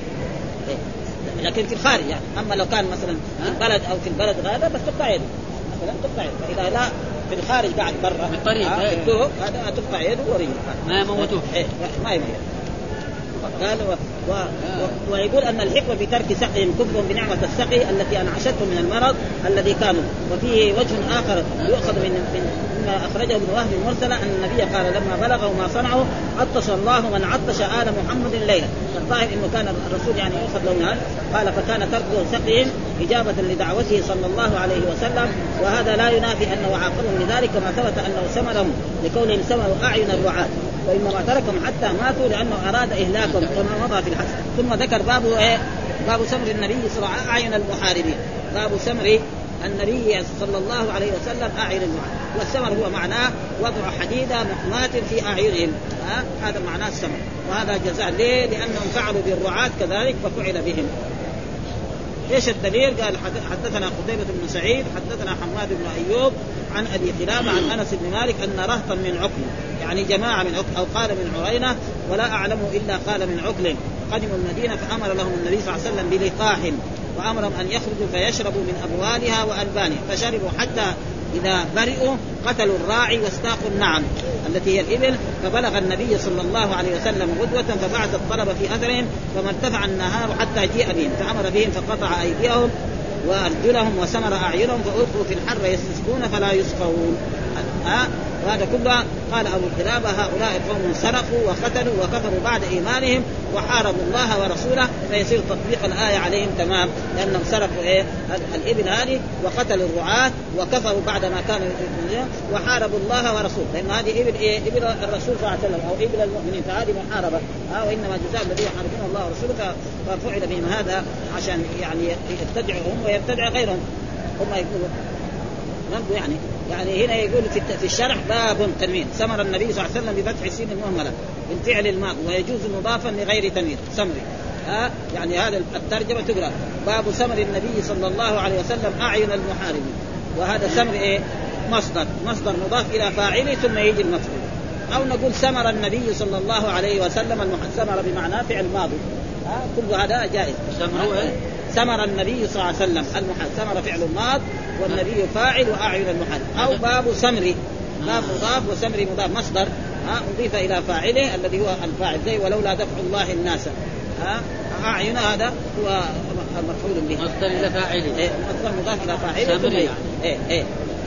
لكن في الخارج يعني. أما لو كان مثلا في البلد أو في البلد هذا بس تقطع يده مثلا تقطع يده، فإذا لا في الخارج قاعد برا بالطريق آه في الطرق هذا تقطع يده ورجله ما يموتوه إيه ما يموت. قال و... و... و... ويقول أن الحكمة في ترك سقيهم كفر بنعمة السقي التي أنعشتهم من المرض الذي كانوا. وفيه وجه آخر يؤخذ من مما أخرجه ابن وهب المرسلة أن النبي قال لما بلغوا ما صنعوا عطش الله من عطش آل محمد الليلة. الظاهر إنه كان الرسول يعني يؤخذ له منها قال فكان تركه سقيهم إجابة لدعوته صلى الله عليه وسلم، وهذا لا ينافي أنه عاقبهم لذلك كما ثبت أنه سمرهم لكونهم سمروا أعين الرعاة، وإنما تركهم حتى ماتوا لأنه أراد إهلاكهم كما مضى في الحديث. ثم ذكر باب إيه باب سمر النبي صلى الله عليه وسلم أعين المحاربين، باب سمر النبي صلى الله عليه وسلم أعين المحاربين. والسمر هو معناه وضع حديدة محماة في أعينهم ها هذا معناه السمر، وهذا جزاء ليه لأنهم فعلوا بالرعاة كذلك ففعل بهم. ايش الدليل؟ قال حدثنا قتيبة بن سعيد حدثنا حماد بن أيوب عن أبي قلابة عن أنس بن مالك أن رهطا من عقل يعني جماعة من عقل أو قال من عرينة ولا أعلم إلا قال من عقل قدموا المدينة فأمر لهم النبي صلى الله عليه وسلم بلقاح وأمرهم أن يخرجوا فيشربوا من أبوالها وألبانها، فشربوا حتى إذا برئوا قتلوا الراعي واستاقوا النعم التي هي الإبل، فبلغ النبي صلى الله عليه وسلم غدوة فبعث الطلب في أثرهم فما ارتفع النهار حتى جيء بهم فأمر بهم فقطع أيديهم وأرجلهم وسمر أعينهم فألقوا في الحر يستسقون فلا يسقون. ها وهذا كله قال أبو قلابة هؤلاء قوم سرقوا وقتلوا وكفروا بعد إيمانهم وحاربوا الله ورسوله، فيصير تطبيق الآية عليهم تمام لأنهم سرقوا إيه الإبل هذه وقتلوا الرعاة وكفروا بعد ما كانوا وحاربوا الله ورسوله، لأن هذه إبل إيه إبل الرسول صلى الله عليه وسلم أو إبل المؤمنين فهذه محاربة ها وإنما جزاء الذين يحاربون الله ورسوله ففعل بهم هذا عشان يعني يبتدعهم ويبتدع غيرهم. هم يقولوا يعني يعني هنا يقول في في الشرح باب تنوين سمر النبي صلى الله عليه وسلم بفتح السين المهملة بالفعل الماضي ويجوز مضافا لغير تنوين سمري ها يعني هذا الترجمة تقرأ باب سمر النبي صلى الله عليه وسلم أعين المحاربين، وهذا سمر إيه مصدر مصدر مضاف إلى فاعله ثم يجي المفعول، أو نقول سمر النبي صلى الله عليه وسلم سمر بمعنى فعل ماضي ها كل هذا جائز. سمر إيه سمر النبي صلى الله عليه وسلم المحارب سمر فعل ماض والنبي فاعل وأعين المحارب، أو باب سمري باب مضاف وسمري مضاف مصدر ها أضيف إلى فاعله الذي هو الفاعل زي ولولا دفع الله الناس ها أعين هذا هو المفعول به مصدر إلى فاعله إيه مصدر مضاف إلى فاعله سمري يعني. إيه إيه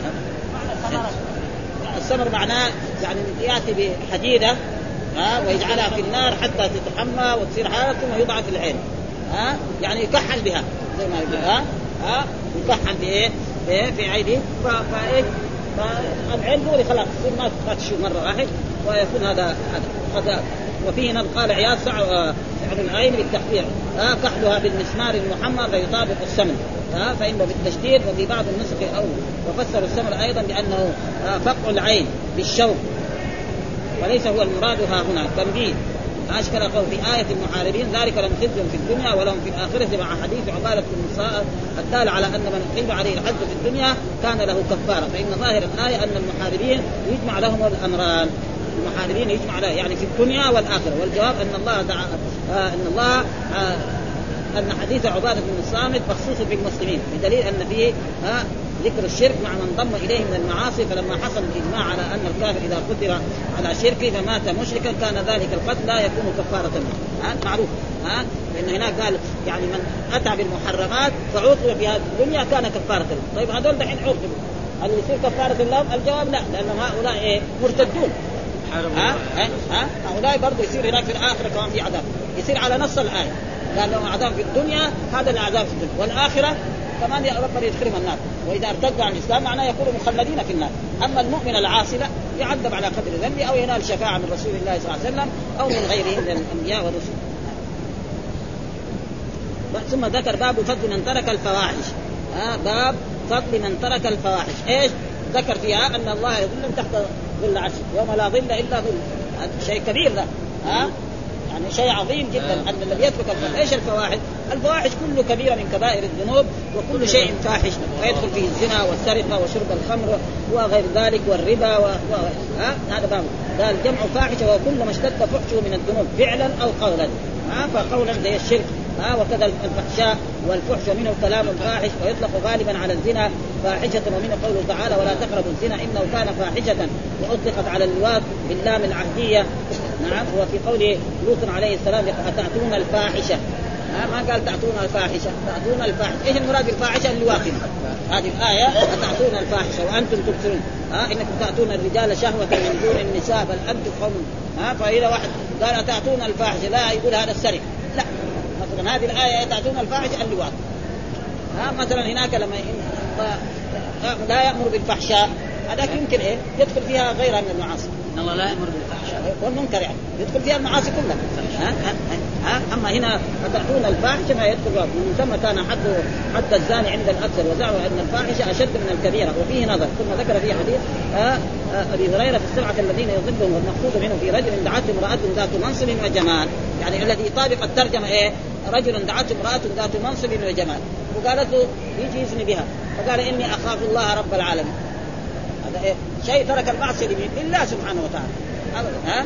السمر معناه يعني يأتي بحديدة ها ويجعلها في النار حتى تتحمى وتصير حالة ثم يوضع في العين ها يعني يكحل بها زي ما يقول ها ها يكحل بايه بايه في عينه فايه فالعين دوري خلاص تصير ما تفتش مره واحد ويكون هذا هذا. وفيه نقل قال عياض سعر العين بالتخفيف ها كحلها بالمسمار المحمى فيطابق السمن ها فإنه بالتشديد، وفي بعض النسخ أو وفسر السمر أيضا بأنه فقع العين بالشوك وليس هو المراد ها هنا تنبيه أشكل قول في آية المحاربين ذلك لم خزهم في الدنيا ولهم في الآخرة مع حديث عبادة بن الصائب الدال على أن من أقيم عليه الحج في الدنيا كان له كفارة، فإن ظاهر الآية أن المحاربين يجمع لهم الأمران المحاربين يجمع له يعني في الدنيا والآخرة، والجواب أن الله دع... آه أن الله آه أن حديث عبادة بن الصامت مخصوص بالمسلمين بدليل أن فيه آه ذكر الشرك مع من ضم إليه من المعاصي. فلما حصل الإجماع على أن الكافر إذا قدر على شركه فمات مشركا كان ذلك القتل لا يكون كفارة له. معروف ها، لأن هنا قال يعني من أتى بالمحرمات فعوقب في هذه الدنيا كان كفارة له. طيب هذول دحين عوقبوا، هل يصير كفارة لهم؟ الجواب لا، لأن هؤلاء إيه مرتدون. ها ها ها هؤلاء برضو يصير هناك في الآخرة كمان في عذاب، يصير على نص الآية، قال لهم عذاب في الدنيا، هذا العذاب في الدنيا، والآخرة كمان يا ربنا يدخلهم النار، وإذا ارتدوا عن الإسلام معناه يكونوا مخلدين في النار. أما المؤمن العاصي لا، يعذب على قدر ذنبه أو ينال شفاعة من رسول الله صلى الله عليه وسلم أو من غيره من الأنبياء والرسل. ثم ذكر باب فضل من ترك الفواحش. ها باب فضل من ترك الفواحش. إيش ذكر فيها؟ أن الله يظلهم تحت ظل عرشه يوم لا ظل إلا ظل. هذا شيء كبير ده، ها يعني شيء عظيم جدا أن الذي يترك الفواحش. إيش الفواحش؟ الفواحش كل كبيرة من كبائر الذنوب، وكل شيء فاحش ويدخل فيه الزنا والسرقة وشرب الخمر وغير ذلك والربا و... و... ها هذا باب. قال جمع فاحشة وكل ما اشتد فحشه من الذنوب فعلا أو قولا. ها فقولا زي الشرك، ها وكذا الفحشاء والفحش ومنه الكلام الفاحش، ويطلق غالبا على الزنا فاحشة، ومنه قوله تعالى ولا تقربوا الزنا إنه كان فاحشة، وأطلقت على اللواط باللام العهدية. نعم. وفي قوله لوط عليه السلام أتأتون الفاحشة، ها ما قال تأتون الفاحشة، تأتون الفاحشة. إيش المراد بالفاحشة؟ اللواط. هذه الآية أتأتون الفاحشة وأنتم تبصرون، ها إنكم تأتون الرجال شهوة من دون النساء بل أنتم قوم. ها فإذا واحد قال أتأتون الفاحشة لا يقول هذا السرق، لا. مثلا هذه الآية تأتون الفاحشة اللواط. ها مثلا هناك لما لا يأمر بالفحشاء، هذاك يمكن إيه يدخل فيها غيرها من المعاصي. إن الله لا يأمر بالفحشاء والمنكر، يعني يدخل فيها المعاصي كلها. ها ها أما هنا أتأتون الفاحشة ما يدخل فيها. من ثم كان حد حد الزاني عند الأكثر، وزعموا أن الفاحشة أشد من الكبيرة، وفيه نظر. ثم ذكر في حديث ها أبي هريرة في السبعة الذين يظلهم، والمقصود منه في رجل دعته امرأة ذات منصب وجمال، يعني الذي يطابق الترجمة إيه؟ رجل دعته امرأة ذات منصب وجمال وقالت له يجي يزني بها، فقال إني أخاف الله رب العالمين. هذا إيه؟ شيء ترك المعصية لله سبحانه وتعالى. ها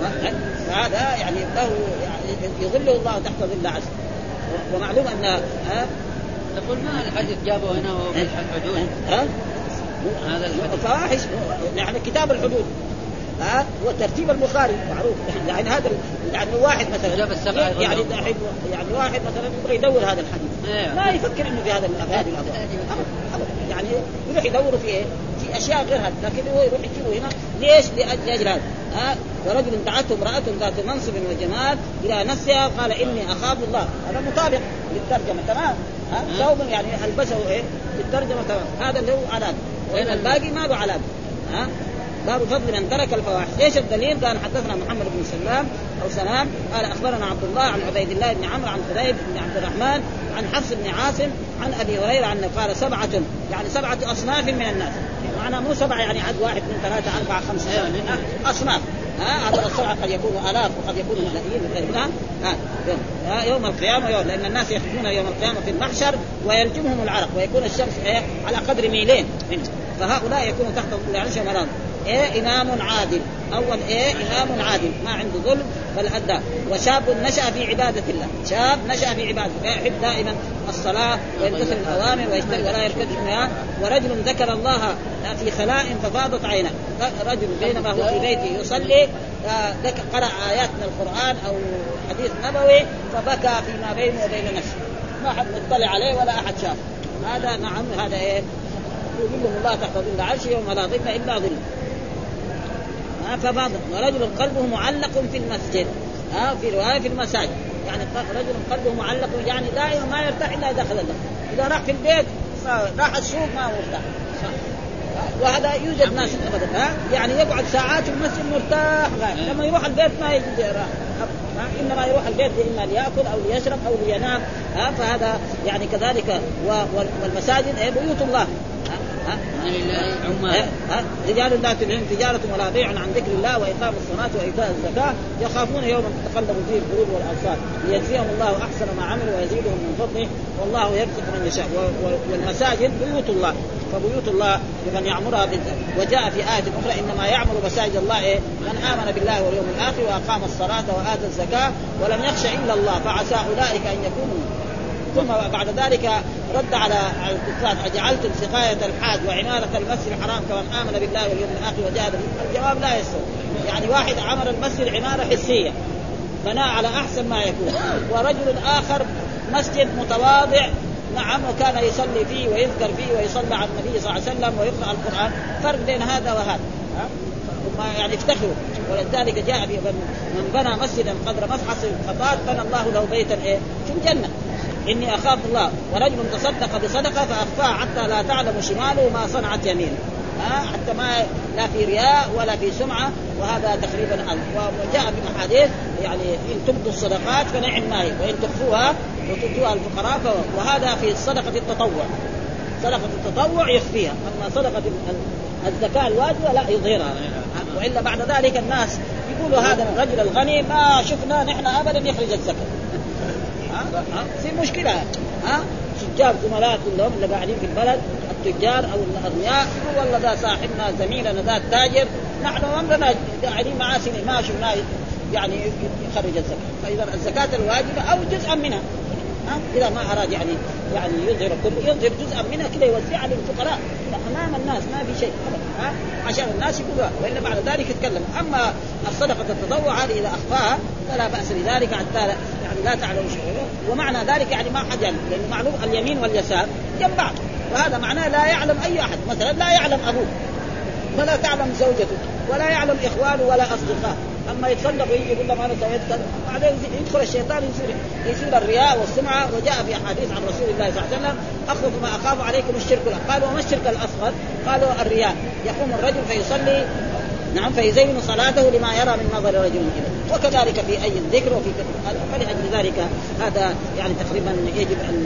هذا يعني له يعني يظله الله تحت ظل عرشه. ومعلوم أن ها تقول ما الحديث جابه هنا وهو في الحدود. ها هذا الفواحش يعني كتاب الحدود، ها وترتيب البخاري معروف. يعني هذا يعني واحد مثلا جاب السبعة يعني يعني واحد مثلا يبغى يدور هذا الحديث لا يفكر انه في هذا هذه الابواب، يعني يروح يدور في ايه في اشياء غير هذا، لكن هو يروح يجيبه هنا ليش؟ لاجل هذا. ها ورجل دعته امرأة ذات منصب وجمال الى نفسها قال اني اخاف الله، هذا مطابق للترجمه تمام. ها ثوب يعني البسه ايه بالترجمه تمام، هذا اللي هو علامه، وان الباقي ما له علامه. ها باب فضل من ترك الفواحش. ايش الدليل؟ قال حدثنا محمد بن سلام او سلام قال اخبرنا عبد الله عن عبيد الله بن عمرو عن خبيب بن عبد الرحمن عن حفص بن عاصم عن ابي هريره عن قال سبعه يعني سبعه اصناف من الناس، معناه مو سبعه يعني عد واحد اثنين ثلاثه اربعه خمسه اصناف. ها هذا السبعه قد يكونوا الاف وقد يكونوا ملايين. ها ها يوم القيامه يوم، لان الناس يخرجون يوم القيامه في المحشر ويلجمهم العرق ويكون الشمس ايه على قدر ميلين منه، فهؤلاء يكونوا تحت ظل عرش مرام. إيه إمام عادل، أول إيه إمام عادل ما عنده ظلم بل أدى، وشاب نشأ في عبادة الله، شاب نشأ في عبادة يحب دائما الصلاة ويمتثل الأوامر ويجتنب ولا يرتكب النهي، ورجل ذكر الله في خلاء ففاضت عينه، رجل بينما هو في بيته يصلي قرأ آيات من القرآن أو حديث نبوي فبكى فيما بينه وبين نفسه، ما حد مطلع عليه ولا أحد شاف. هذا نعم هذا إيه يظلهم الله تحت ظل عرشه يوم لا ظل إلا ظل. فبعض ورجل قلبه معلق في المسجد، ها في رواية في المساجد، يعني رجل قلبه معلق يعني دائما ما يرتاح إلا داخل الله، إذا راح في البيت راح السوق ما هو مرتاح، وهذا يوجد ناس أبدا ها يعني يقعد ساعات في المسجد مرتاح، لما يروح البيت ما يجد راحة، إنما يروح البيت إما ليأكل أو ليشرب أو لينام. ها فهذا يعني كذلك. والمساجد هي بيوت الله، ها ها ها رجال لا تلهيهم تجارة ولا بيع عن ذكر الله وإقام الصلاة وإيتاء الزكاة يخافون يوما تتقلب فيه القلوب والأبصار ليجزيهم الله أحسن ما عملوا ويزيدهم من فضله والله يرزق من يشاء. والمساجد بيوت الله، فبيوت الله لمن يعمرها بالذات. وجاء في آية أخرى إنما يعمر مساجد الله إيه؟ من آمن بالله واليوم الآخر وأقام الصلاة وآتى الزكاة ولم يخش إلا الله فعسى أولئك أن يكونوا. ثم بعد ذلك رد على الكفار أجعلتم سقاية الحاج وعمارة المسجد الحرام كمن آمن بالله واليوم الآخر وجاهد. الجواب لا يستوي. يعني واحد عمر المسجد عمارة حسية بناء على أحسن ما يكون، ورجل آخر مسجد متواضع نعم وكان يصلي فيه ويذكر فيه ويصلي على النبي صلى الله عليه وسلم ويقرأ القرآن. فرق بين هذا وهذا يعني افتخروا. ولذلك جاء من بنى مسجدا قدر مصحف الخطاب بنى الله له بيتا إيه في الجنة. إني أخاف الله. ورجل تصدق بصدقة فأخفاها حتى لا تعلم شماله ما صنعت يمينه، حتى ما لا في رياء ولا في سمعة. وهذا تقريبا وجاء في الحديث يعني إن تبدوا الصدقات فنعم ما هي وإن تخفوها وتؤتوها الفقراء. وهذا في صدقة التطوع. صدقة التطوع يخفيها، أما صدقة الزكاة الواجبة لا يظهرها. وإلا بعد ذلك الناس يقولوا هذا الرجل الغني ما شفنا نحن أبدا يخرج الزكاة. في مشكلة. ها تجار زملاء كلهم اللي قاعدين في البلد التجار أو الأغنياء والله ذا صاحبنا زميلنا ذا تاجر نحن عمرنا قاعدين معاه سنين ما شفنا يعني يخرج الزكاة. فإذا الزكاة الواجبة أو جزءا منها إذا ما أراد يعني يعني يظهر كل يظهر جزءا منها كده يوزعها للفقراء أمام الناس ما في شيء ها عشان الناس يقولوا. وإلا بعد ذلك يتكلم. أما الصدقة التطوع هذه إذا أخفاها فلا بأس بذلك حتى يعني لا تعلم شيئا. ومعنى ذلك يعني ما حد يعني لأن معلوم اليمين واليسار جنب بعض. وهذا معناه لا يعلم أي أحد. مثلا لا يعلم أبوه ولا تعلم زوجته ولا يعلم إخوانه ولا أصدقاء. أما يتصدق ويجي يقول لهم أنا سويت كذا بعدين يدخل الشيطان يصير يصير الرياء والسمعة. وجاء في أحاديث عن رسول الله صلى الله عليه وسلم أخوف ما أخاف عليكم الشرك الأكبر. قالوا وما الشرك الأصغر؟ قالوا الرياء. يقوم الرجل فيصلي نعم فيزين صلاته لما يرى من نظر رجل إليه. وكذلك في أي ذكر وفي فلأجل ذلك هذا يعني تقريبا يجب أن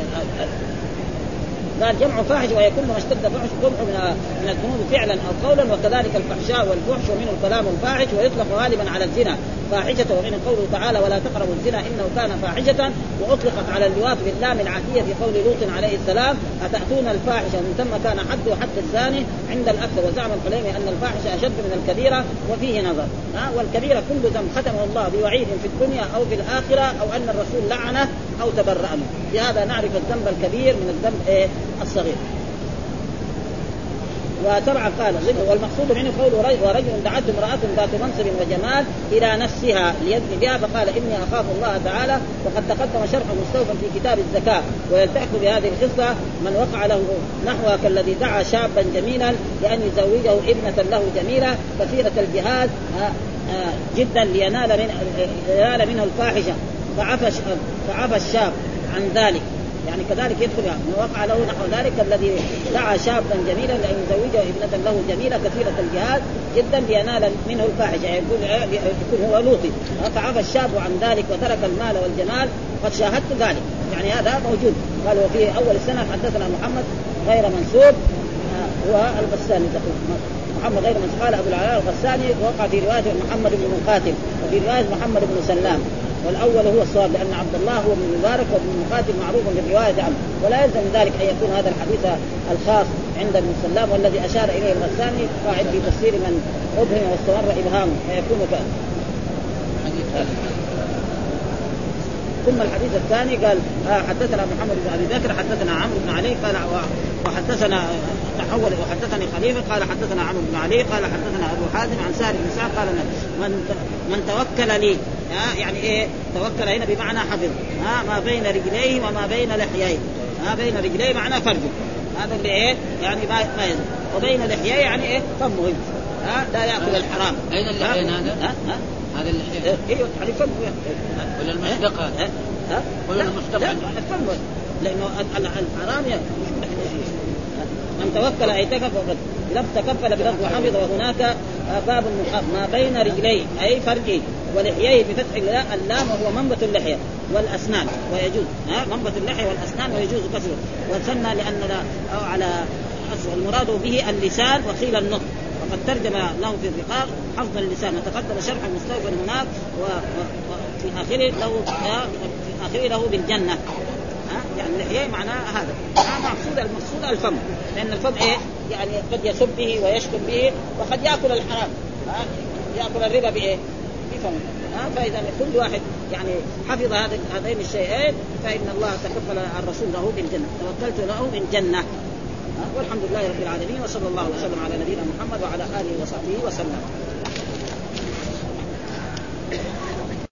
قال جمع فاحش ويكون ما اشتد فحش قبح من من الذنوب فعلا او قولا. وكذلك الفحشاء والفحش ومنه الكلام الفاحش ويطلق غالبا على الزنا فاحشة. ومن قوله تعالى ولا تقربوا الزنا انه كان فاحشة. واطلقت على اللواط باللام العاتية في قول لوط عليه السلام اتأتون الفاحشة من ثم كان حد حد الزاني عند الاكثر. وزعم الحليمي ان الفاحشة اشد من الكبيرة وفيه نظر. ها والكبيرة كل ذنب ختمه الله بوعيد في الدنيا او في الاخرة او ان الرسول لعنه او تبرأ منه. بهذا نعرف الذنب الكبير من الذنب إيه الصغير. وسبعة قال والمقصود منه قوله ورجل دعته امرأة ذات منصب وجمال إلى نفسها ليزني بها فقال إني أخاف الله تعالى. وقد تقدم شرح مستوفى في كتاب الزكاة. ويلتحق بهذه القصة من وقع له نحوها كالذي دعا شابا جميلا لأن يزوجه ابنة له جميلة كثيرة الجهاد جدا لينال من ينال منه الفاحشة فعفى فعفى الشاب عن ذلك. يعني كذلك يدخل من وقع له نحو ذلك الذي دعا شابا جميلا لأن يزوجه ابنة له جميلة كثيرة الجهاد جدا لينال منه الفاحشة يعني يكون هو لوطي. فعفى الشاب عن ذلك وترك المال والجمال قد شاهدت ذلك. يعني هذا موجود. قال وفي أول السنة حدثنا محمد غير منسوب هو الغساني محمد غير منسوب قال أبو العلاء الغساني وقع في رواية محمد بن مقاتل وفي رواية محمد بن سلام. والأول هو الصواب لأن عبد الله هو ابن مبارك وابن مقاتل معروف بالرواية عنه. ولا يلزم ذلك أن يكون هذا الحديث الخاص عند ابن سلام والذي أشار إليه الغساني قاعد في تفسير من أبهم واستمر إبهامه فيكون كذا. ثم الحديث الثاني قال حدثنا محمد بن أبي بكر حدثنا عمرو بن علي قال وحدثنا تحول وحدثني خليفة قال حدثنا عمرو بن علي قال حدثنا أبو حازم عن سهل بن سعد قال من من توكل لي يعني إيه توكل هنا بمعنى حفظ ها ما بين رجليه وما بين لحييه. ما بين رجليه معنى فرجه هذا اللي إيه يعني ما ما يزن. وبين لحييه يعني إيه فمه ها لا يأكل الحرام. أين اللحيين هذا؟ ها ها هذا اللحيين إيه يعني فمه ولا المصدق هذا؟ ها ولا المصدق لا الفم لأنه الحرام من توكل اعتكف وقد لم تكفل برد وحفظ. وهناك باب ما بين رجليه أي فرجه ولحييه بفتح اللام وهو منبت اللحية والأسنان ويجوز ها منبت اللحية والأسنان ويجوز كسره. وسنى لأننا أو على المراد به اللسان وقيل النطق وقد ترجم له في الرقاق حفظ اللسان. وتقدم شرح مستوفى هناك وفي آخره له في آخره له بالجنة. يعني اللحية معناه هذا مقصود المقصود الفم لأن الفم إيه يعني قد يسب به ويشتم به وقد يأكل الحرام يأكل الربا بإيه بفم فإذا كل واحد يعني حفظ هذا هذين الشيئين فإن الله تكفل عن رسوله بالجنة، توكلت له بالجنة. والحمد لله رب العالمين، وصلى الله وسلم على نبينا محمد وعلى آله وصحبه وسلم.